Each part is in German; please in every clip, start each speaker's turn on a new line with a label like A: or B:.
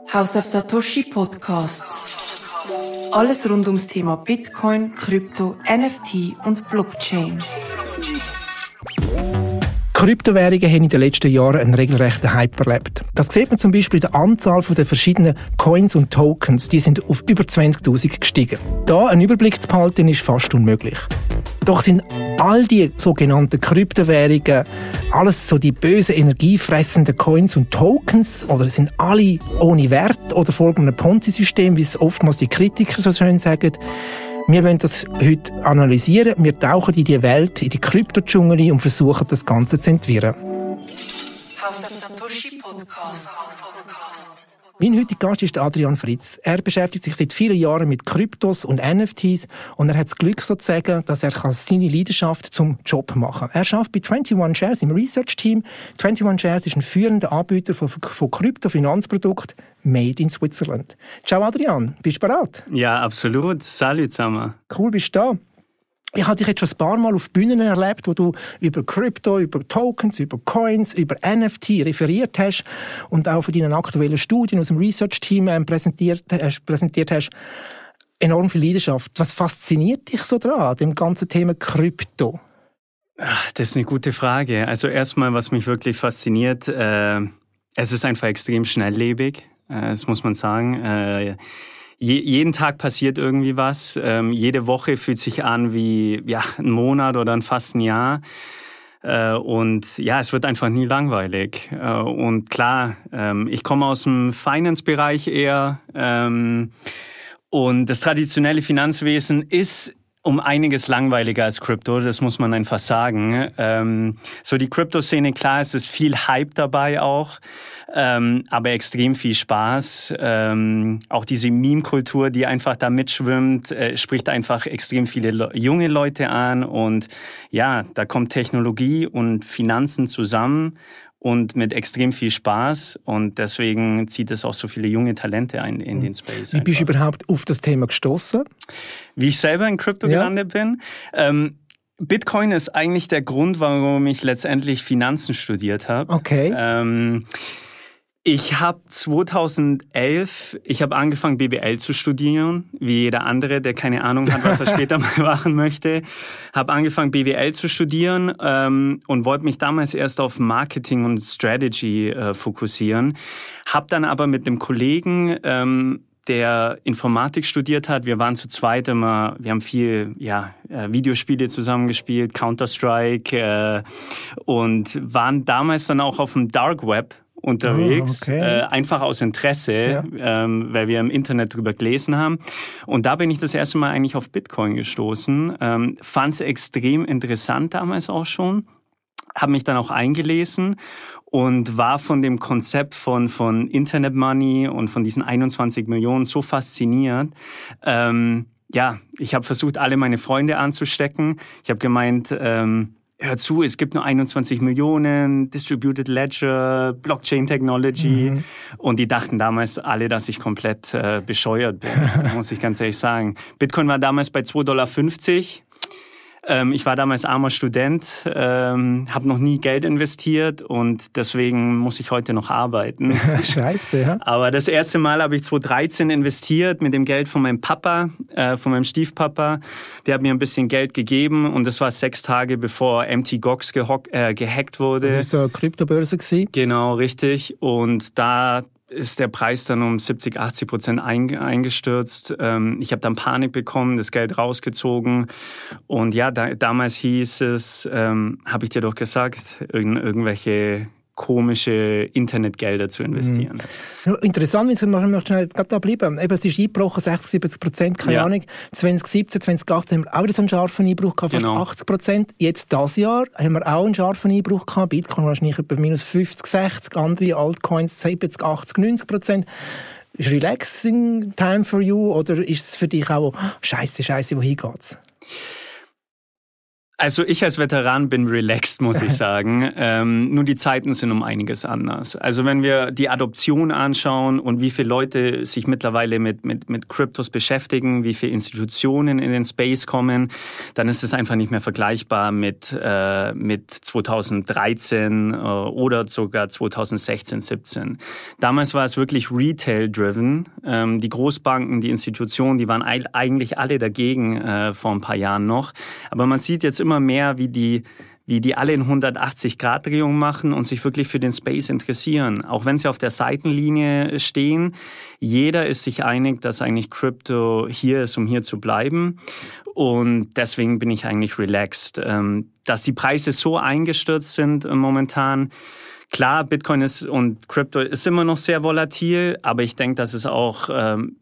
A: House of Satoshi Podcast. Alles rund ums Thema Bitcoin, Krypto, NFT und Blockchain.
B: Kryptowährungen haben in den letzten Jahren einen regelrechten Hype erlebt. Das sieht man zum Beispiel in der Anzahl der verschiedenen Coins und Tokens. Die sind auf über 20.000 gestiegen. Da einen Überblick zu behalten, ist fast unmöglich. Doch sind all die sogenannten Kryptowährungen alles so die bösen, energiefressenden Coins und Tokens oder sind alle ohne Wert oder folgen einem Ponzi-System, wie es oftmals die Kritiker so schön sagen. Wir wollen das heute analysieren. Wir tauchen in die Welt, in die Krypto-Dschungel ein und versuchen, das Ganze zu entwirren.
A: House of Satoshi Podcast.
B: Mein heutiger Gast ist Adrian Fritz. Er beschäftigt sich seit vielen Jahren mit Kryptos und NFTs und er hat das Glück sozusagen, dass er seine Leidenschaft zum Job machen kann. Er arbeitet bei 21 Shares im Research-Team. 21 Shares ist ein führender Anbieter von Kryptofinanzprodukten made in Switzerland. Ciao Adrian, bist du bereit?
C: Ja, absolut. Salut zusammen.
B: Cool, bist du da. Ich habe dich jetzt schon ein paar Mal auf Bühnen erlebt, wo du über Krypto, über Tokens, über Coins, über NFT referiert hast und auch von deinen aktuellen Studien aus dem Research-Team präsentiert hast. Enorm viel Leidenschaft. Was fasziniert dich so daran, dem ganzen Thema Krypto?
C: Das ist eine gute Frage. Also erstmal, was mich wirklich fasziniert, es ist einfach extrem schnelllebig, das muss man sagen. Jeden Tag passiert irgendwie was. Jede Woche fühlt sich an wie ein Monat oder fast ein Jahr. Und ja, es wird einfach nie langweilig. Und klar, ich komme aus dem Finance-Bereich eher. Und das traditionelle Finanzwesen ist um einiges langweiliger als Krypto, das muss man einfach sagen. So die Krypto-Szene, klar, es ist viel Hype dabei auch, aber extrem viel Spaß. Auch diese Meme-Kultur, die einfach da mitschwimmt, spricht einfach extrem viele junge Leute an. Und ja, da kommt Technologie und Finanzen zusammen. Und mit extrem viel Spaß. Und deswegen zieht es auch so viele junge Talente ein in den Space.
B: Wie bist du überhaupt auf das Thema gestoßen?
C: Wie ich selber in Krypto gelandet bin? Bitcoin ist eigentlich der Grund, warum ich letztendlich Finanzen studiert habe.
B: Okay.
C: Ich habe 2011, angefangen BWL zu studieren, wie jeder andere, der keine Ahnung hat, was er später mal machen möchte. Habe angefangen BWL zu studieren und wollte mich damals erst auf Marketing und Strategy fokussieren. Habe dann aber mit einem Kollegen, der Informatik studiert hat, wir waren zu zweit immer, wir haben viel Videospiele zusammengespielt, Counter-Strike und waren damals dann auch auf dem Dark Web unterwegs, einfach aus Interesse, weil wir im Internet drüber gelesen haben. Und da bin ich das erste Mal eigentlich auf Bitcoin gestoßen. Fand es extrem interessant damals auch schon. Habe mich dann auch eingelesen und war von dem Konzept von Internet Money und von diesen 21 Millionen so fasziniert. Ich habe versucht, alle meine Freunde anzustecken. Ich habe gemeint, hör zu, es gibt nur 21 Millionen, Distributed Ledger, Blockchain Technology. Mhm. Und die dachten damals alle, dass ich komplett bescheuert bin, muss ich ganz ehrlich sagen. Bitcoin war damals bei $2,50. Ich war damals armer Student, habe noch nie Geld investiert und deswegen muss ich heute noch arbeiten.
B: Scheiße, ja.
C: Aber das erste Mal habe ich 2013 investiert mit dem Geld von meinem Papa, von meinem Stiefpapa. Der hat mir ein bisschen Geld gegeben und das war 6 Tage bevor Mt. Gox gehackt wurde.
B: Das ist so eine Kryptobörse gewesen?
C: Genau, richtig. Und da ist der Preis dann um 70-80% eingestürzt. Ich habe dann Panik bekommen, das Geld rausgezogen. Und ja, damals hieß es, habe ich dir doch gesagt, irgendwelche komische Internetgelder zu investieren.
B: Mhm. Interessant, wenn wir noch schnell da bleiben. Eben, es ist eingebrochen, 60-70%, keine Ahnung. 2017, 2018 haben wir auch wieder so einen scharfen Einbruch gehabt, fast 80%. Jetzt dieses Jahr haben wir auch einen scharfen Einbruch gehabt. Bitcoin wahrscheinlich etwa minus 50, 60, andere Altcoins 70, 80, 90%. Ist relaxing time for you oder ist es für dich auch Scheiße, wohin geht's?
C: Also ich als Veteran bin relaxed, muss ich sagen. Nur die Zeiten sind um einiges anders. Also wenn wir die Adoption anschauen und wie viele Leute sich mittlerweile mit Kryptos beschäftigen, wie viele Institutionen in den Space kommen, dann ist es einfach nicht mehr vergleichbar mit 2013 oder sogar 2016, 17. Damals war es wirklich Retail-driven. Die Großbanken, die Institutionen, die waren eigentlich alle dagegen vor ein paar Jahren noch. Aber man sieht jetzt immer mehr, wie die alle in 180-Grad-Drehung machen und sich wirklich für den Space interessieren. Auch wenn sie auf der Seitenlinie stehen, jeder ist sich einig, dass eigentlich Krypto hier ist, um hier zu bleiben. Und deswegen bin ich eigentlich relaxed. Dass die Preise so eingestürzt sind momentan, klar, Bitcoin und Krypto ist immer noch sehr volatil, aber ich denke, dass es auch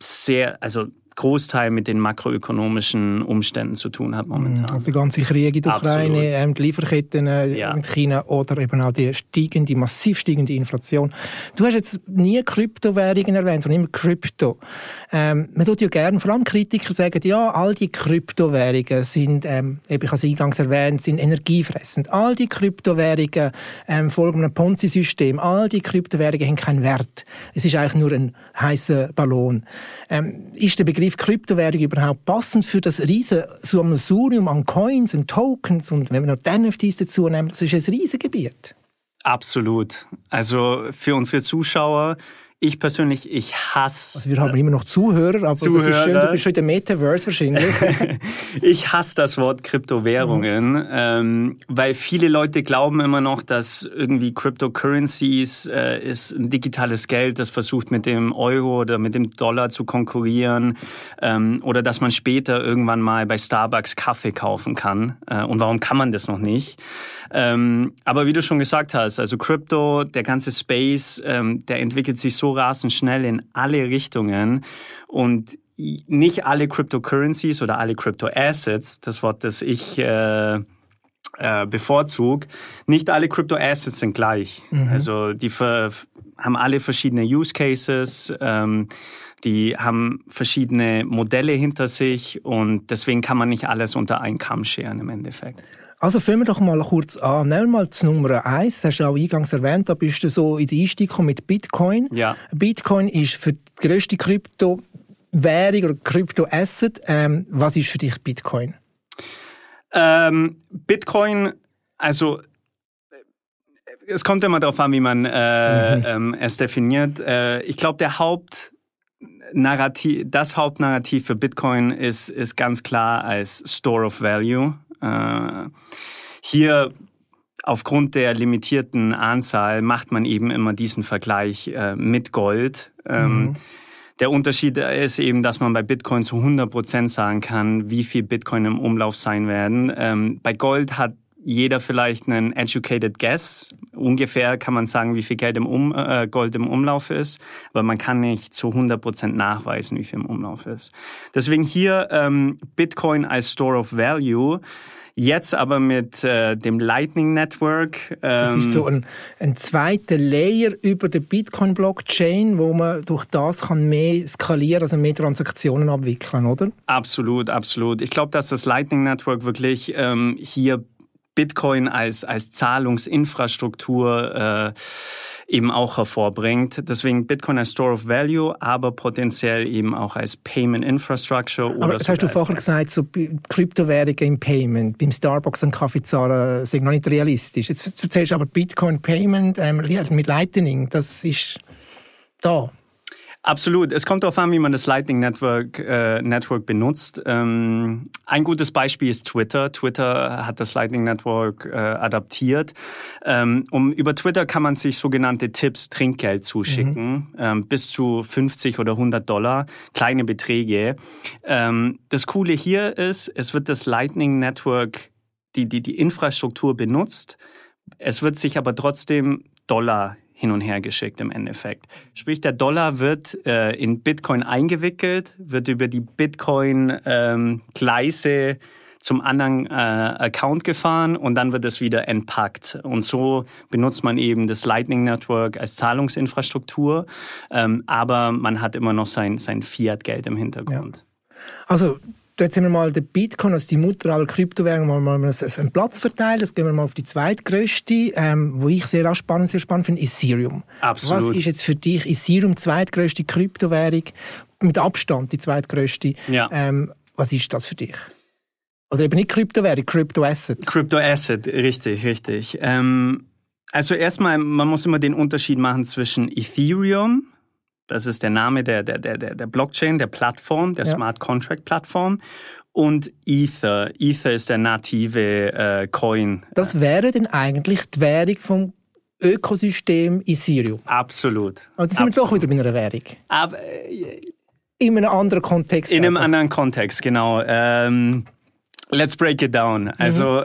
C: Großteil mit den makroökonomischen Umständen zu tun hat momentan.
B: Also der ganze Krieg in der Ukraine, die Lieferketten mit China oder eben auch die massiv steigende Inflation. Du hast jetzt nie Kryptowährungen erwähnt, sondern immer Krypto. Man tut ja gerne, vor allem Kritiker sagen, ja, all die Kryptowährungen sind, ich habe es eingangs erwähnt, sind energiefressend. All die Kryptowährungen folgen einem Ponzi-System. All die Kryptowährungen haben keinen Wert. Es ist eigentlich nur ein heißer Ballon. Ist der Begriff Kryptowährung überhaupt passend für das riesige Sammelsurium an Coins und Tokens? Und wenn wir noch die NFTs dazu nehmen, das ist ein riesiges Gebiet.
C: Absolut. Also für unsere Zuschauer, ich persönlich, ich hasse...
B: Also wir haben immer noch Zuhörer, aber das ist schön, du bist schon in der Metaverse wahrscheinlich.
C: Ich hasse das Wort Kryptowährungen, weil viele Leute glauben immer noch, dass irgendwie Cryptocurrencies ist ein digitales Geld, das versucht mit dem Euro oder mit dem Dollar zu konkurrieren, oder dass man später irgendwann mal bei Starbucks Kaffee kaufen kann. Und warum kann man das noch nicht? Aber wie du schon gesagt hast, also Krypto, der ganze Space, der entwickelt sich so rasend schnell in alle Richtungen und nicht alle Cryptocurrencies oder alle Crypto-Assets, das Wort, das ich bevorzuge, nicht alle Crypto-Assets sind gleich. Also die haben alle verschiedene Use Cases, die haben verschiedene Modelle hinter sich und deswegen kann man nicht alles unter einen Kamm scheren im Endeffekt.
B: Also fangen wir doch mal kurz an. Nehmen wir mal die Nummer 1, das hast du auch eingangs erwähnt, da bist du so in den Einstieg gekommen mit Bitcoin.
C: Ja.
B: Bitcoin ist für die grösste Kryptowährung oder Kryptoasset. Was ist für dich Bitcoin?
C: Bitcoin, also es kommt immer darauf an, wie man es definiert. Ich glaube, das Hauptnarrativ für Bitcoin ist ganz klar als Store of Value. Hier aufgrund der limitierten Anzahl macht man eben immer diesen Vergleich mit Gold. Der Unterschied ist eben, dass man bei Bitcoin zu 100% sagen kann, wie viel Bitcoin im Umlauf sein werden. Bei Gold hat jeder vielleicht einen educated guess. Ungefähr kann man sagen, wie viel Gold im Umlauf ist. Aber man kann nicht zu 100% nachweisen, wie viel im Umlauf ist. Deswegen hier Bitcoin als Store of Value. Jetzt aber mit dem Lightning Network.
B: Das ist so ein zweiter Layer über der Bitcoin-Blockchain, wo man durch das kann mehr skalieren, also mehr Transaktionen abwickeln, oder?
C: Absolut, absolut. Ich glaube, dass das Lightning Network wirklich hier Bitcoin als Zahlungsinfrastruktur eben auch hervorbringt. Deswegen Bitcoin als Store of Value, aber potenziell eben auch als Payment Infrastructure.
B: Aber das hast du vorher gesagt, so Kryptowährungen im Payment, beim Starbucks einen Kaffee zahlen, sind noch nicht realistisch. Jetzt erzählst du aber Bitcoin Payment mit Lightning, das ist da.
C: Absolut. Es kommt darauf an, wie man das Lightning Network benutzt. Ein gutes Beispiel ist Twitter. Twitter hat das Lightning Network adaptiert. Über Twitter kann man sich sogenannte Tipps, Trinkgeld zuschicken, bis zu 50 oder $100, kleine Beträge. Das Coole hier ist, es wird das Lightning Network, die Infrastruktur benutzt. Es wird sich aber trotzdem Dollar hin und her geschickt im Endeffekt. Sprich, der Dollar wird in Bitcoin eingewickelt, wird über die Bitcoin-Gleise zum anderen Account gefahren und dann wird es wieder entpackt. Und so benutzt man eben das Lightning Network als Zahlungsinfrastruktur, aber man hat immer noch sein Fiat-Geld im Hintergrund.
B: Ja. Also Jetzt haben wir mal den Bitcoin, also die Mutter aller Kryptowährungen, mal einen Platz verteilt. Jetzt gehen wir mal auf die zweitgrößte, wo ich sehr spannend finde, Ethereum.
C: Absolut.
B: Was ist jetzt für dich Ethereum die zweitgrößte Kryptowährung? Mit Abstand die zweitgrößte.
C: Ja.
B: Was ist das für dich? Oder eben nicht Kryptowährung, Kryptoasset.
C: Kryptoasset, richtig. Also erstmal, man muss immer den Unterschied machen zwischen Ethereum, das ist der Name der Blockchain, der Plattform, der Smart Contract Plattform, und Ether. Ether ist der native Coin.
B: Das wäre dann eigentlich die Währung vom Ökosystem Ethereum.
C: Absolut.
B: Also sind wir doch wieder bei einer Währung.
C: Aber,
B: in einem anderen Kontext.
C: In einem anderen Kontext, genau. Let's break it down. Also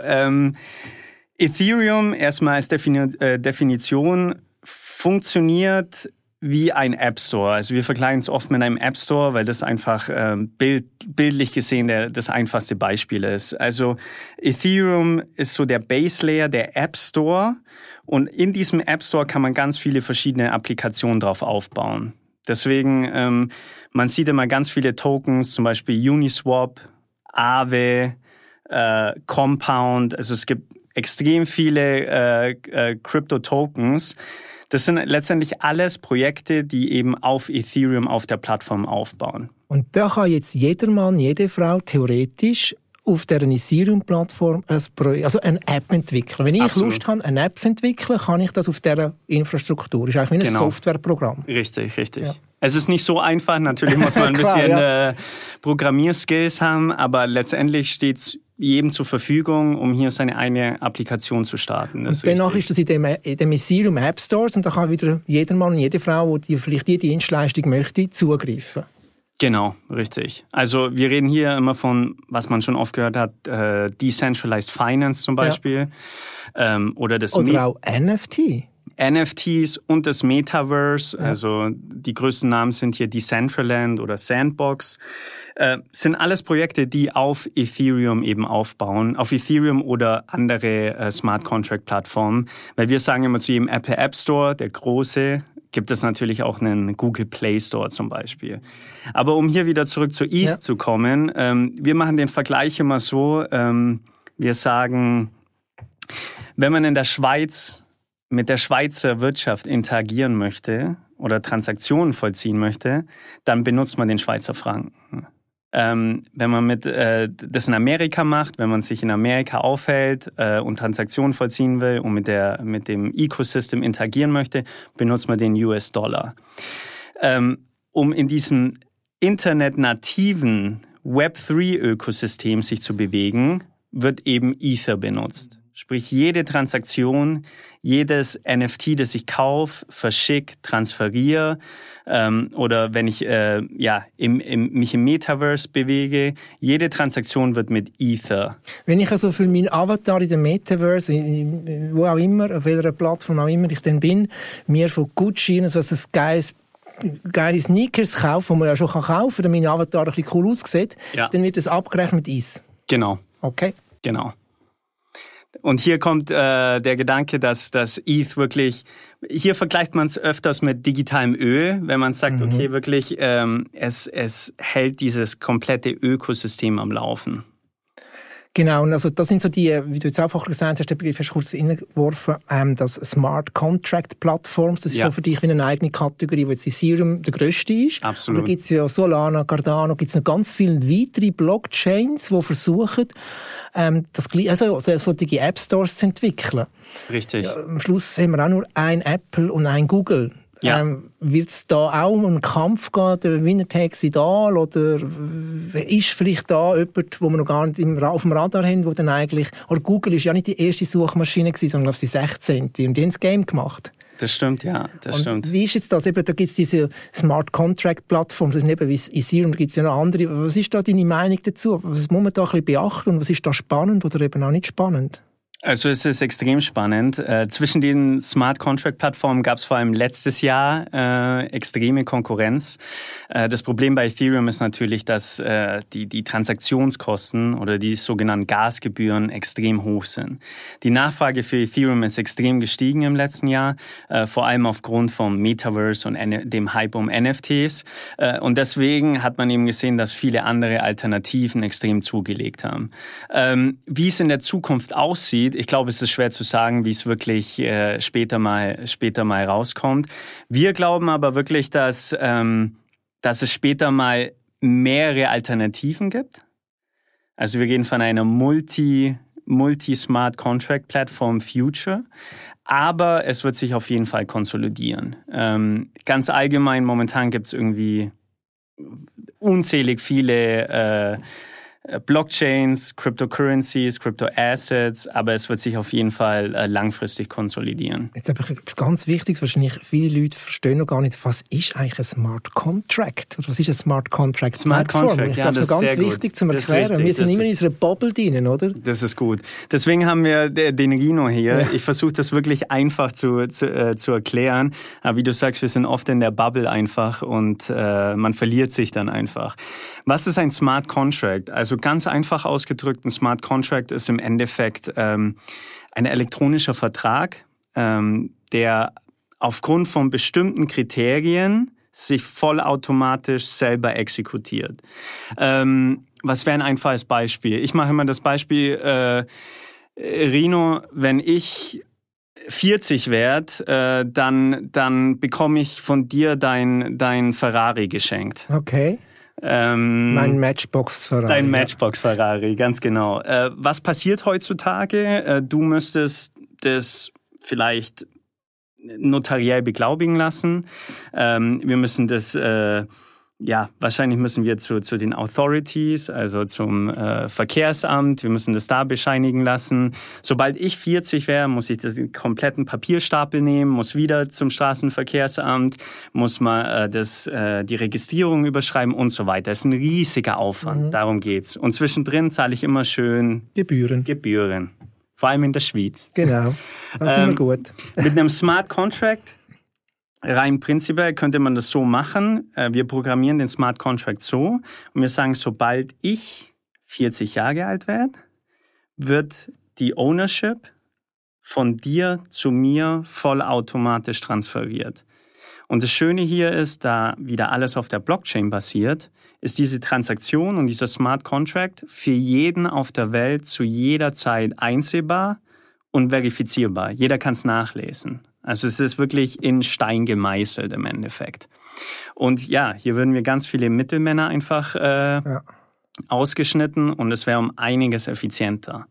C: Ethereum erstmal als Definition funktioniert wie ein App Store. Also wir vergleichen es oft mit einem App Store, weil das einfach bildlich gesehen das einfachste Beispiel ist. Also Ethereum ist so der Base Layer, der App Store. Und in diesem App Store kann man ganz viele verschiedene Applikationen drauf aufbauen. Deswegen, man sieht immer ganz viele Tokens, zum Beispiel Uniswap, Aave, Compound. Also es gibt extrem viele Crypto-Tokens. Das sind letztendlich alles Projekte, die eben auf Ethereum auf der Plattform aufbauen.
B: Und da kann jetzt jeder Mann, jede Frau theoretisch auf dieser Ethereum-Plattform eine App entwickeln. Wenn ich Lust habe, eine App zu entwickeln, kann ich das auf dieser Infrastruktur. Das ist eigentlich wie ein Softwareprogramm.
C: Richtig. Ja. Es ist nicht so einfach. Natürlich muss man ein bisschen Programmierskills haben, aber letztendlich steht es jedem zur Verfügung, um hier seine eigene Applikation zu starten.
B: Und danach ist das in dem Ethereum App Stores und da kann wieder jeder Mann und jede Frau, die vielleicht die Dienstleistung möchte, zugreifen.
C: Genau, richtig. Also wir reden hier immer von, was man schon oft gehört hat, Decentralized Finance zum Beispiel. Oder
B: auch NFT.
C: NFTs und das Metaverse, also die größten Namen sind hier Decentraland oder Sandbox, sind alles Projekte, die auf Ethereum eben aufbauen, auf Ethereum oder andere Smart Contract Plattformen, weil wir sagen immer zu jedem Apple App Store, der große, gibt es natürlich auch einen Google Play Store zum Beispiel. Aber um hier wieder zurück zu ETH zu kommen, wir machen den Vergleich immer so, wir sagen, wenn man in der Schweiz mit der Schweizer Wirtschaft interagieren möchte oder Transaktionen vollziehen möchte, dann benutzt man den Schweizer Franken. Wenn man das in Amerika macht, wenn man sich in Amerika aufhält und Transaktionen vollziehen will und mit dem Ecosystem interagieren möchte, benutzt man den US-Dollar. Um in diesem internetnativen Web3-Ökosystem sich zu bewegen, wird eben Ether benutzt. Sprich, jede Transaktion, jedes NFT, das ich kaufe, verschicke, transferiere oder wenn ich mich im Metaverse bewege, jede Transaktion wird mit Ether.
B: Wenn ich also für meinen Avatar in dem Metaverse, wo auch immer, auf welcher Plattform auch immer ich dann bin, mir von Gucci so ein geile Sneakers kaufe, die man ja schon kaufen kann, damit mein Avatar ein bisschen cool aussieht, dann wird das abgerechnet mit ETH.
C: Genau.
B: Okay.
C: Genau. Und hier kommt der Gedanke, dass ETH wirklich, hier vergleicht man es öfters mit digitalem Öl, wenn man sagt, okay, wirklich, es hält dieses komplette Ökosystem am Laufen.
B: Genau, und also das sind so die, wie du jetzt auch vorher gesagt hast, der Begriff hast du kurz reingeworfen, das Smart Contract Plattforms, das ist so für dich wie eine eigene Kategorie, wo jetzt Ethereum der grösste ist.
C: Absolut.
B: Aber da gibt es ja Solana, Cardano, gibt es noch ganz viele weitere Blockchains, die versuchen, solche App Stores zu entwickeln.
C: Richtig.
B: Ja, am Schluss haben wir auch nur ein Apple und ein Google. Ja. Wird es da auch um einen Kampf gehen, der Winner takes it all, oder ist vielleicht da jemand, wo wir noch gar nicht auf dem Radar haben, wo dann eigentlich, oder Google ist ja nicht die erste Suchmaschine gewesen, sondern glaube ich die 16. Und die haben das Game gemacht.
C: Das stimmt, ja, das stimmt.
B: Wie ist jetzt das? Eben, da gibt es diese Smart Contract Plattforms, das ist eben wie Ethereum, da gibt es ja noch andere. Was ist da deine Meinung dazu? Was muss man da ein bisschen beachten und was ist da spannend oder eben auch nicht spannend?
C: Also es ist extrem spannend. Zwischen den Smart Contract Plattformen gab es vor allem letztes Jahr extreme Konkurrenz. Das Problem bei Ethereum ist natürlich, dass die Transaktionskosten oder die sogenannten Gasgebühren extrem hoch sind. Die Nachfrage für Ethereum ist extrem gestiegen im letzten Jahr, vor allem aufgrund vom Metaverse und dem Hype um NFTs. Und deswegen hat man eben gesehen, dass viele andere Alternativen extrem zugelegt haben. Wie es in der Zukunft aussieht, ich glaube, es ist schwer zu sagen, wie es wirklich später mal rauskommt. Wir glauben aber wirklich, dass es später mal mehrere Alternativen gibt. Also wir gehen von einer Multi-Smart Contract Plattform Future, aber es wird sich auf jeden Fall konsolidieren. Ganz allgemein, momentan gibt es irgendwie unzählig viele Blockchains, Cryptocurrencies, Crypto-Assets, aber es wird sich auf jeden Fall langfristig konsolidieren.
B: Jetzt habe ich etwas ganz Wichtiges, wahrscheinlich viele Leute verstehen noch gar nicht, was ist eigentlich ein Smart Contract? Oder was ist ein Smart Contract?
C: Smart Contract,
B: ich glaube, das ist ganz wichtig zu erklären. Wir sind immer in unserer Bubble drin, oder?
C: Das ist gut. Deswegen haben wir den Rino hier. Ja. Ich versuche das wirklich einfach zu erklären. Aber wie du sagst, wir sind oft in der Bubble einfach und man verliert sich dann einfach. Was ist ein Smart Contract? Also ganz einfach ausgedrückt, ein Smart Contract ist im Endeffekt ein elektronischer Vertrag, der aufgrund von bestimmten Kriterien sich vollautomatisch selber exekutiert. Was wäre ein einfaches Beispiel? Ich mache immer das Beispiel, Rino, wenn ich 40 werde, dann bekomme ich von dir dein Ferrari geschenkt.
B: Okay. Mein Matchbox-Ferrari.
C: Dein Matchbox-Ferrari, ganz genau. Was passiert heutzutage? Du müsstest das vielleicht notariell beglaubigen lassen. Wir müssen das, wahrscheinlich müssen wir zu den Authorities, also zum Verkehrsamt, wir müssen das da bescheinigen lassen. Sobald ich 40 wäre, muss ich den kompletten Papierstapel nehmen, muss wieder zum Straßenverkehrsamt, muss mal die Registrierung überschreiben und so weiter. Das ist ein riesiger Aufwand, darum geht's. Und zwischendrin zahle ich immer schön Gebühren. Vor allem in der Schweiz.
B: Genau, das ist immer gut.
C: Mit einem Smart Contract, rein prinzipiell könnte man das so machen. Wir programmieren den Smart Contract so und wir sagen, sobald ich 40 Jahre alt werde, wird die Ownership von dir zu mir vollautomatisch transferiert. Und das Schöne hier ist, da wieder alles auf der Blockchain basiert, ist diese Transaktion und dieser Smart Contract für jeden auf der Welt zu jeder Zeit einsehbar und verifizierbar. Jeder kann es nachlesen. Also es ist wirklich in Stein gemeißelt im Endeffekt. Und ja, hier würden wir ganz viele Mittelmänner einfach ausgeschnitten und es wäre um einiges effizienter.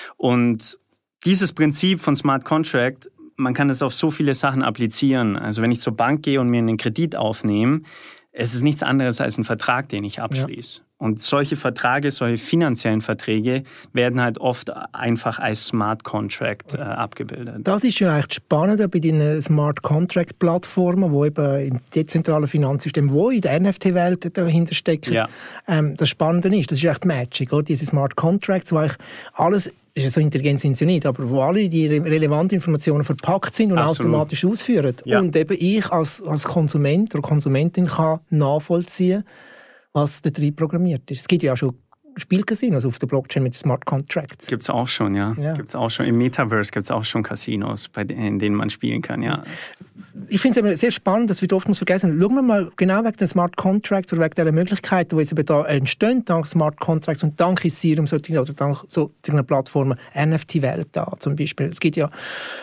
C: Und dieses Prinzip von Smart Contract, man kann es auf so viele Sachen applizieren. Also wenn ich zur Bank gehe und mir einen Kredit aufnehme, es ist nichts anderes als ein Vertrag, den ich abschließe. Ja. Und solche Verträge, solche finanziellen Verträge werden halt oft einfach als Smart Contract abgebildet.
B: Das ist ja echt spannend bei den Smart Contract Plattformen, wo eben im dezentralen Finanzsystem, wo in der NFT-Welt dahinter stecken. Ja. Das Spannende ist, das ist echt Magic, oder? Diese Smart Contracts, wo eigentlich alles, so intelligent sind sie nicht, aber wo alle die relevanten Informationen verpackt sind und Absolut. Automatisch ausführen. Ja. Und eben ich als Konsument oder Konsumentin kann nachvollziehen, was da drin programmiert ist. Es gibt ja auch schon Spielcasinos auf der Blockchain mit Smart Contracts.
C: Gibt es auch schon, ja. Gibt's auch schon. Im Metaverse gibt es auch schon Casinos, in denen man spielen kann, ja.
B: Ich finde es sehr spannend, das wird oftmals vergessen. Schauen wir mal genau wegen den Smart Contracts oder wegen der Möglichkeiten, die jetzt eben da entstehen, dank Smart Contracts und dank Ethereum oder dank solcher Plattformen, NFT-Welt da zum Beispiel. Es gibt ja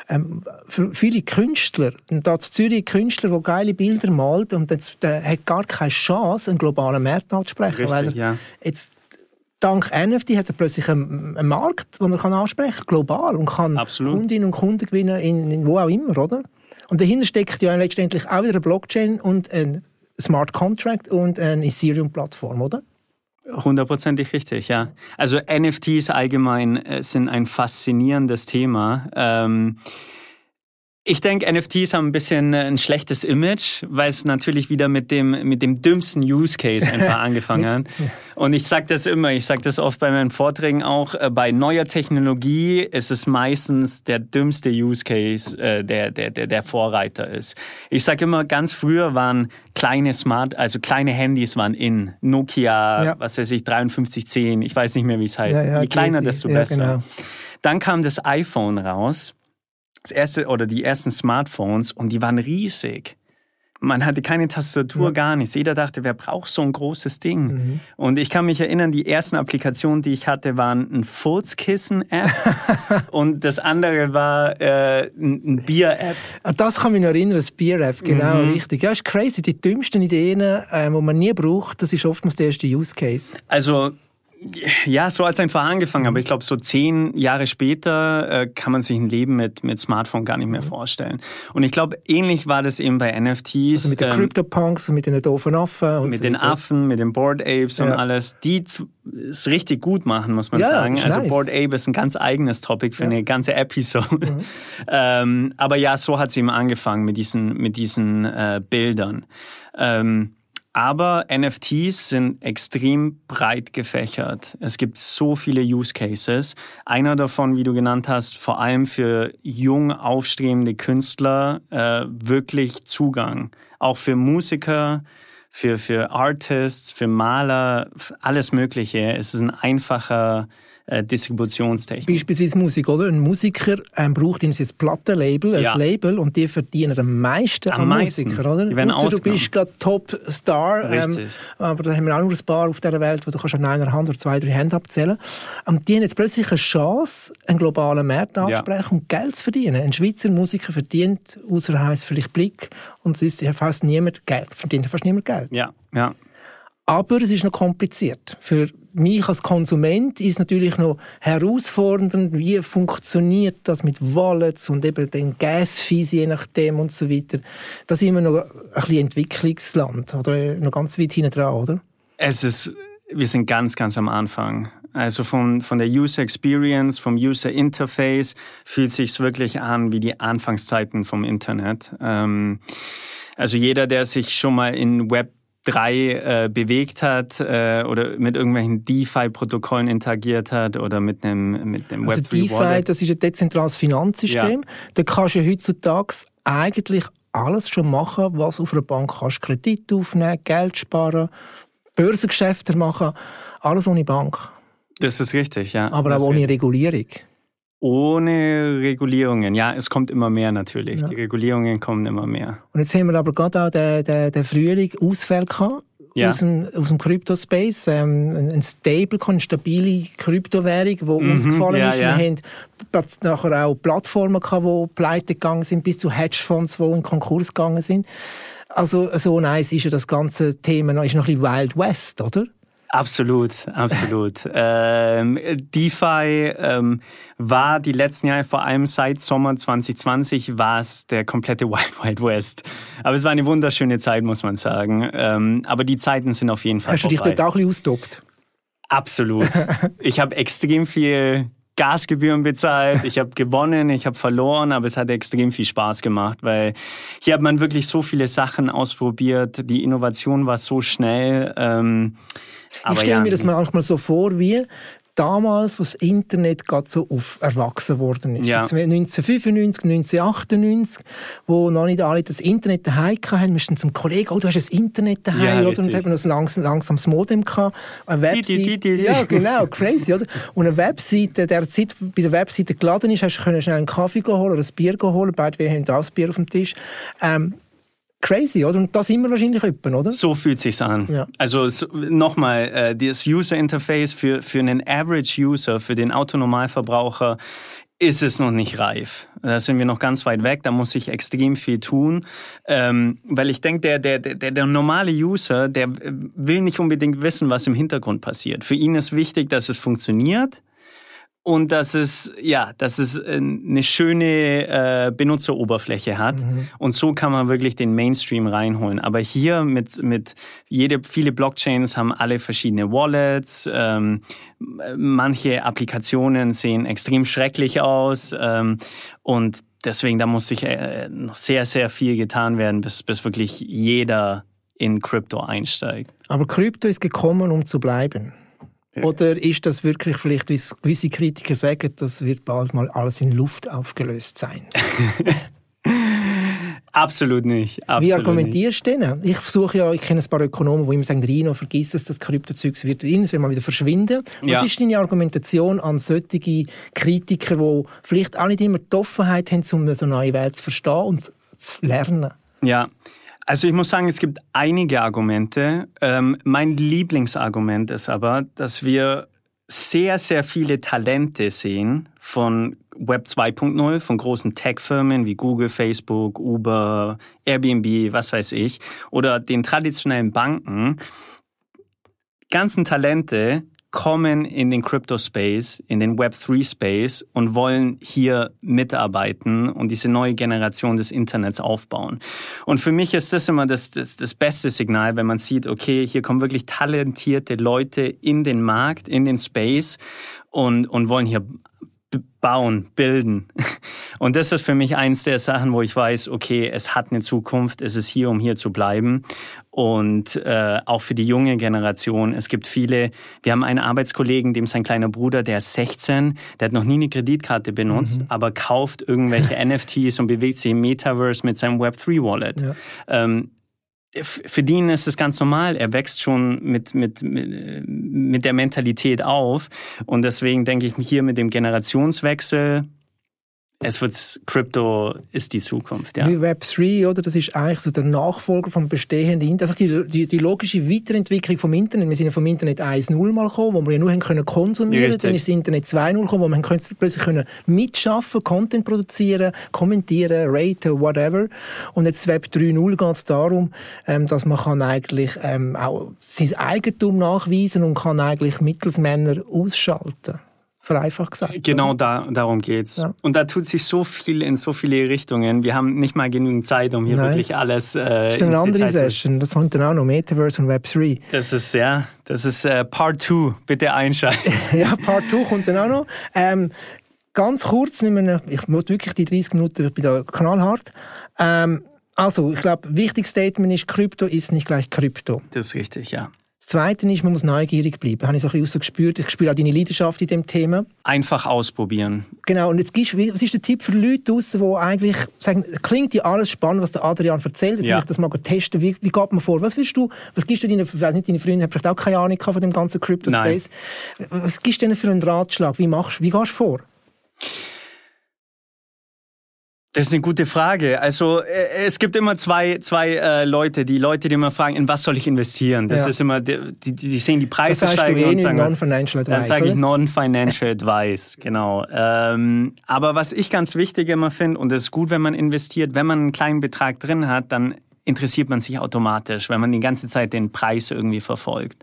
B: für viele Künstler, da in Zürich Künstler, die geile Bilder malt und der hat gar keine Chance, einen globalen Markt anzusprechen.
C: Richtig, weil ja.
B: Jetzt dank NFT hat er plötzlich einen Markt, den er ansprechen kann, global, und kann
C: Absolut.
B: Kundinnen und Kunden gewinnen in wo auch immer, oder? Und dahinter steckt ja letztendlich auch wieder eine Blockchain und ein Smart Contract und eine Ethereum-Plattform, oder?
C: 100% richtig, ja. Also NFTs allgemein sind ein faszinierendes Thema. Ich denke, NFTs haben ein bisschen ein schlechtes Image, weil es natürlich wieder mit dem dümmsten Use Case einfach angefangen hat. Und ich sage das oft bei meinen Vorträgen auch, bei neuer Technologie ist es meistens der dümmste Use Case, der Vorreiter ist. Ich sage immer, ganz früher waren kleine Handys waren in. Nokia, was weiß ich, 5310, ich weiß nicht mehr, wie es heißt. Je kleiner, desto besser. Genau. Dann kam das iPhone raus. Die ersten Smartphones, und die waren riesig. Man hatte keine Tastatur, gar nichts. Jeder dachte, wer braucht so ein großes Ding? Mhm. Und ich kann mich erinnern, die ersten Applikationen, die ich hatte, waren ein Furzkissen-App und das andere war ein Bier-App.
B: Das kann mich noch erinnern, das Bier-App, genau, richtig. Ja, ist crazy. Die dümmsten Ideen, die man nie braucht, das ist oftmals der erste Use-Case.
C: Also, ja, so hat es einfach angefangen, aber ich glaube, so 10 Jahre später kann man sich ein Leben mit Smartphone gar nicht mehr vorstellen. Und ich glaube, ähnlich war das eben bei NFTs.
B: Also mit den CryptoPunks und mit den doofen Affen. Und
C: mit so den Affen, mit den Bored Apes und alles, die es richtig gut machen, muss man sagen. Also nice. Bored Ape ist ein ganz eigenes Topic für eine ganze Episode. Aber ja, so hat es eben angefangen mit diesen Bildern. Aber NFTs sind extrem breit gefächert. Es gibt so viele Use Cases. Einer davon, wie du genannt hast, vor allem für jung aufstrebende Künstler wirklich Zugang. Auch für Musiker, für Artists, für Maler, alles Mögliche. Es ist ein einfacher Distributionstechnik.
B: Beispielsweise Musik, oder? Ein Musiker braucht ein Plattenlabel, ein Label, und die verdienen am meisten an Musiker, oder?
C: Die werden
B: du bist gerade Top-Star, aber da haben wir auch nur ein paar auf dieser Welt, wo du kannst an einer Hand oder 2, 3 Hände abzählen. Und die haben jetzt plötzlich eine Chance, einen globalen Markt anzusprechen und Geld zu verdienen. Ein Schweizer Musiker verdient, außer heisst vielleicht Blick, und sonst fast niemand Geld. Verdient fast niemand Geld.
C: Ja.
B: Aber es ist noch kompliziert. Für mich als Konsument ist es natürlich noch herausfordernd, wie funktioniert das mit Wallets und eben den Gas-Fees je nachdem und so weiter. Das ist immer noch ein bisschen Entwicklungsland oder noch ganz weit hinten dran, oder?
C: Wir sind ganz, ganz am Anfang. Also von der User Experience, vom User Interface fühlt sich's wirklich an wie die Anfangszeiten vom Internet. Also jeder, der sich schon mal in Web 3 bewegt hat oder mit irgendwelchen DeFi-Protokollen interagiert hat oder mit einem Web3
B: Also DeFi,
C: Wallet.
B: Das ist ein dezentrales Finanzsystem. Ja. Da kannst du heutzutage eigentlich alles schon machen, was auf einer Bank kannst. Kredit aufnehmen, Geld sparen, Börsengeschäfte machen, alles ohne Bank.
C: Das ist richtig, ja.
B: Aber auch ohne Regulierung.
C: Ohne Regulierungen, ja, es kommt immer mehr natürlich. Ja. Die Regulierungen kommen immer mehr.
B: Und jetzt haben wir aber gerade auch den Frühling Ausfälle gehabt aus dem Crypto-Space. Ein Stablecoin, eine stabile Kryptowährung, die ausgefallen ist. Wir haben nachher auch Plattformen gehabt, die pleite gegangen sind, bis zu Hedgefonds, die in Konkurs gegangen sind. Also so nice ist ja das ganze Thema noch ein bisschen Wild West, oder?
C: Absolut. DeFi war die letzten Jahre, vor allem seit Sommer 2020, war es der komplette Wild West. Aber es war eine wunderschöne Zeit, muss man sagen. Aber die Zeiten sind auf jeden Fall
B: Hast vorbei. Hast du dich dort auch ein bisschen ausgetobt?
C: Absolut. Ich habe extrem viel Gasgebühren bezahlt, ich habe gewonnen, ich habe verloren, aber es hat extrem viel Spaß gemacht, weil hier hat man wirklich so viele Sachen ausprobiert, die Innovation war so schnell.
B: Ich stelle mir das manchmal so vor, wie damals, wo das Internet gerade so erwachsen worden ist. Ja. 1995, 1998, wo noch nicht alle das Internet daheim hatten, müssen zum Kollegen, du hast ein Internet daheim, oder? Und dann hat man noch ein langsames Modem gehabt. Eine Webseite. Ja, genau, crazy, oder? Und eine Webseite, bei der Webseite geladen ist, hast du schnell einen Kaffee holen oder ein Bier holen. Beide haben auch das Bier auf dem Tisch. Crazy, oder? Und das immer wahrscheinlich jemand, oder?
C: So fühlt sich's an. Ja. Also nochmal, das User Interface für einen Average User, für den Autonormalverbraucher, ist es noch nicht reif. Da sind wir noch ganz weit weg, da muss ich extrem viel tun. Weil ich denke, der normale User, der will nicht unbedingt wissen, was im Hintergrund passiert. Für ihn ist wichtig, dass es funktioniert. Und dass es eine schöne Benutzeroberfläche hat. Und so kann man wirklich den Mainstream reinholen. Aber hier viele Blockchains haben alle verschiedene Wallets. Manche Applikationen sehen extrem schrecklich aus. Und deswegen, da muss sich noch sehr, sehr viel getan werden, bis wirklich jeder in Krypto einsteigt.
B: Aber Krypto ist gekommen, um zu bleiben. Oder ist das wirklich vielleicht, wie gewisse Kritiker sagen, das wird bald mal alles in Luft aufgelöst sein?
C: Absolut nicht.
B: Wie argumentierst du denn? Ich kenne ein paar Ökonomen, die immer sagen, Rino, vergiss es, das Kryptozeug wird mal wieder verschwinden. Was ist deine Argumentation an solche Kritiker, die vielleicht auch nicht immer die Offenheit haben, um so eine neue Welt zu verstehen und zu lernen?
C: Ja, also ich muss sagen, es gibt einige Argumente. Mein Lieblingsargument ist aber, dass wir sehr, sehr viele Talente sehen von Web 2.0, von großen Tech-Firmen wie Google, Facebook, Uber, Airbnb, was weiß ich, oder den traditionellen Banken. Ganzen Talente kommen in den Crypto-Space, in den Web3-Space und wollen hier mitarbeiten und diese neue Generation des Internets aufbauen. Und für mich ist das immer das beste Signal, wenn man sieht, okay, hier kommen wirklich talentierte Leute in den Markt, in den Space und wollen hier bauen, bilden. Und das ist für mich eins der Sachen, wo ich weiß, okay, es hat eine Zukunft, es ist hier, um hier zu bleiben. Und auch für die junge Generation, es gibt viele, wir haben einen Arbeitskollegen, dem sein kleiner Bruder, der ist 16, der hat noch nie eine Kreditkarte benutzt, aber kauft irgendwelche NFTs und bewegt sich im Metaverse mit seinem Web3-Wallet. Ja. Für ihn ist es ganz normal. Er wächst schon mit der Mentalität auf. Und deswegen denke ich hier mit dem Generationswechsel, Krypto ist die Zukunft. Ja.
B: Wie Web3, oder? Das ist eigentlich so der Nachfolger vom bestehenden Internet. Einfach die logische Weiterentwicklung vom Internet. Wir sind ja vom Internet 1.0 mal gekommen, wo wir ja nur konsumieren können. Dann ist das Internet 2.0 gekommen, wo wir plötzlich mitschaffen, Content produzieren, kommentieren, raten, whatever. Und jetzt Web 3.0 geht es darum, dass man kann eigentlich auch sein Eigentum nachweisen und kann eigentlich Mittelsmänner ausschalten. Vereinfacht gesagt.
C: Genau, darum geht's. Ja. Und da tut sich so viel in so viele Richtungen. Wir haben nicht mal genügend Zeit, um hier wirklich alles
B: das ist eine andere Session. Das kommt dann auch noch, Metaverse und Web 3.
C: Das ist Part 2. Bitte einschalten.
B: Ja, Part 2 kommt dann auch noch. Ganz kurz, ich muss wirklich die 30 Minuten, ich bin da knallhart. Also, ich glaube, wichtiges Statement ist, Krypto ist nicht gleich Krypto.
C: Das ist richtig, ja.
B: Das Zweite ist, man muss neugierig bleiben. Das habe ich so ein bisschen gespürt. Ich spüre auch deine Leidenschaft in diesem Thema.
C: Einfach ausprobieren.
B: Genau. Und jetzt was ist der Tipp für Leute draussen, die eigentlich sagen, klingt ja alles spannend, was der Adrian erzählt. Jetzt will ich das mal testen. Wie geht man vor? Was gibst du deine Freunde haben vielleicht auch keine Ahnung von dem ganzen Crypto-Space. Was gibst du denen für einen Ratschlag? Wie gehst du vor?
C: Das ist eine gute Frage. Also es gibt immer zwei Leute, die immer fragen, in was soll ich investieren? Das ist immer, die sehen die Preise steigen und sagen,
B: Non-Financial Advice.
C: Dann sage ich Non-Financial Advice, genau. Aber was ich ganz wichtig immer finde, und es ist gut, wenn man investiert, wenn man einen kleinen Betrag drin hat, dann interessiert man sich automatisch, wenn man die ganze Zeit den Preis irgendwie verfolgt.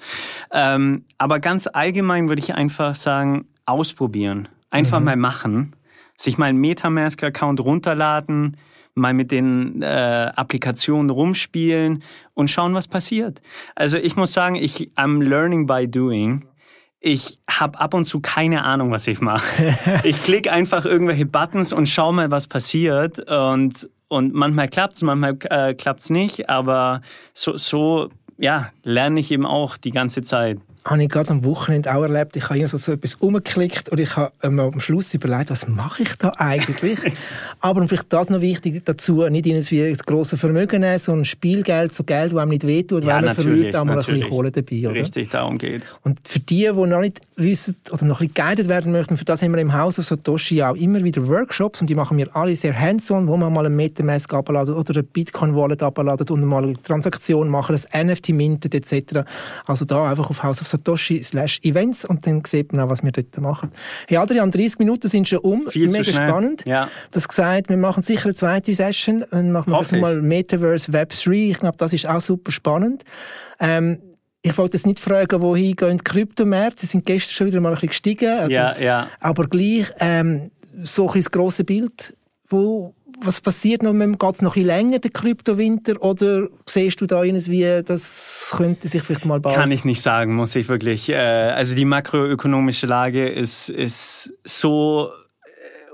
C: Aber ganz allgemein würde ich einfach sagen, ausprobieren. Einfach mal machen. Sich mal einen Metamask-Account runterladen, mal mit den Applikationen rumspielen und schauen, was passiert. Also ich muss sagen, I'm learning by doing. Ich habe ab und zu keine Ahnung, was ich mache. Ich klicke einfach irgendwelche Buttons und schau mal, was passiert. Und manchmal klappt's, manchmal klappt's nicht. Aber so lerne ich eben auch die ganze Zeit.
B: Habe ich gerade am Wochenende auch erlebt. Ich habe so etwas umgeklickt und ich habe mir am Schluss überlegt, was mache ich da eigentlich? Aber vielleicht das noch wichtig dazu, nicht irgendwie ein grosses Vermögen nehmen, so ein Spielgeld, so Geld, das einem nicht wehtut, weil man verliert, auch mal ein bisschen Kohle dabei. Oder?
C: Richtig, darum geht's.
B: Und für die noch nicht wissen oder noch ein bisschen guided werden möchten, für das haben wir im Haus auf Satoshi auch immer wieder Workshops und die machen wir alle sehr hands-on, wo man mal einen Metamask abladen oder eine Bitcoin-Wallet abladen und mal eine Transaktion machen, das NFT mintet etc. Also da einfach auf Haus auf Satoshi/Events und dann sieht man auch, was wir dort machen. Hey Adrian, 30 Minuten sind schon um.
C: Viel
B: mega spannend.
C: Ja.
B: Das gesagt, wir machen sicher eine zweite Session. Dann machen wir vielleicht mal Metaverse Web 3. Ich glaube, das ist auch super spannend. Ich wollte jetzt nicht fragen, wohin gehen die Kryptomärkte. Sie sind gestern schon wieder mal ein bisschen gestiegen. Also,
C: ja.
B: Aber gleich so ein das grosse Bild, was passiert noch? Geht es noch ein bisschen länger, der Kryptowinter? Oder siehst du da irgendwie, das könnte sich vielleicht mal bald...
C: Kann ich nicht sagen, muss ich wirklich. Also die makroökonomische Lage ist so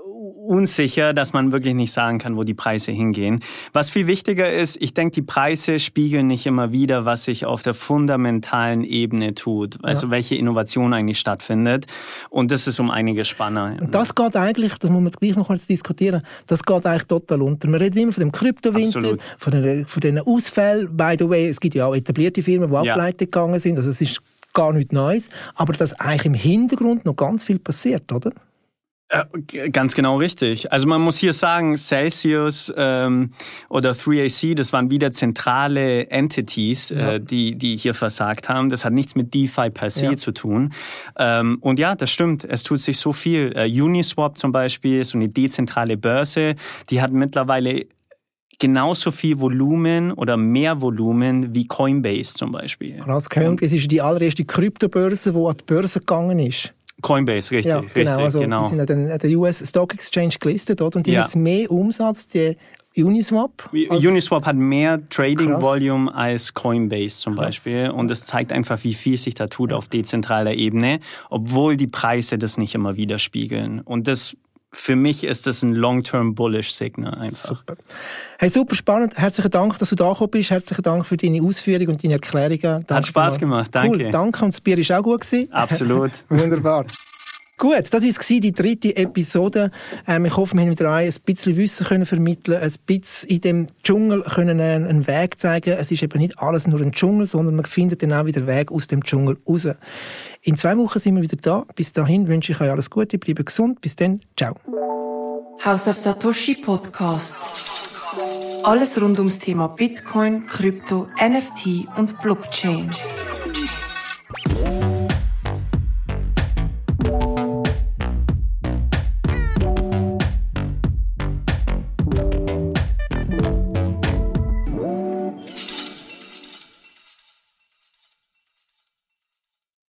C: unsicher, dass man wirklich nicht sagen kann, wo die Preise hingehen. Was viel wichtiger ist, ich denke, die Preise spiegeln nicht immer wider, was sich auf der fundamentalen Ebene tut. Also welche Innovation eigentlich stattfindet. Und das ist um einiges spannender.
B: Und das geht eigentlich, das muss man gleich noch kurz diskutieren, das geht eigentlich total unter. Wir reden immer von dem Kryptowinter, von den Ausfällen. By the way, es gibt ja auch etablierte Firmen, die auch pleite gegangen sind. Also es ist gar nichts Neues. Aber dass eigentlich im Hintergrund noch ganz viel passiert, oder?
C: Ganz genau richtig. Also man muss hier sagen, Celsius oder 3AC, das waren wieder zentrale Entities, die hier versagt haben. Das hat nichts mit DeFi per se zu tun. Und ja, das stimmt. Es tut sich so viel. Uniswap zum Beispiel, so eine dezentrale Börse, die hat mittlerweile genauso viel Volumen oder mehr Volumen wie Coinbase zum Beispiel.
B: Krass, Coinbase ist die allererste Kryptobörse, die an die Börse gegangen ist.
C: Coinbase, richtig.
B: Ja, genau.
C: Richtig,
B: also
C: genau.
B: Die sind an der US Stock Exchange gelistet, oder? Und die haben jetzt mehr Umsatz, die Uniswap.
C: Uniswap hat mehr Trading Volume als Coinbase zum Beispiel. Und das zeigt einfach, wie viel sich da tut auf dezentraler Ebene, obwohl die Preise das nicht immer widerspiegeln. Und das, für mich ist das ein Long-Term Bullish Signal einfach.
B: Super. Hey, super spannend. Herzlichen Dank, dass du da gekommen bist. Herzlichen Dank für deine Ausführungen und deine Erklärungen. Danke.
C: Hat Spaß gemacht, danke.
B: Cool, danke. Und das Bier war auch gut gewesen.
C: Absolut.
B: Wunderbar. Gut, das war die 3. Episode. Ich hoffe, wir haben wieder ein bisschen Wissen können vermitteln, ein bisschen in dem Dschungel können einen Weg zeigen. Es ist eben nicht alles nur ein Dschungel, sondern man findet dann auch wieder Weg aus dem Dschungel raus. In 2 Wochen sind wir wieder da. Bis dahin wünsche ich euch alles Gute, bleibt gesund. Bis dann, ciao.
A: House of Satoshi Podcast. Alles rund ums Thema Bitcoin, Krypto, NFT und Blockchain.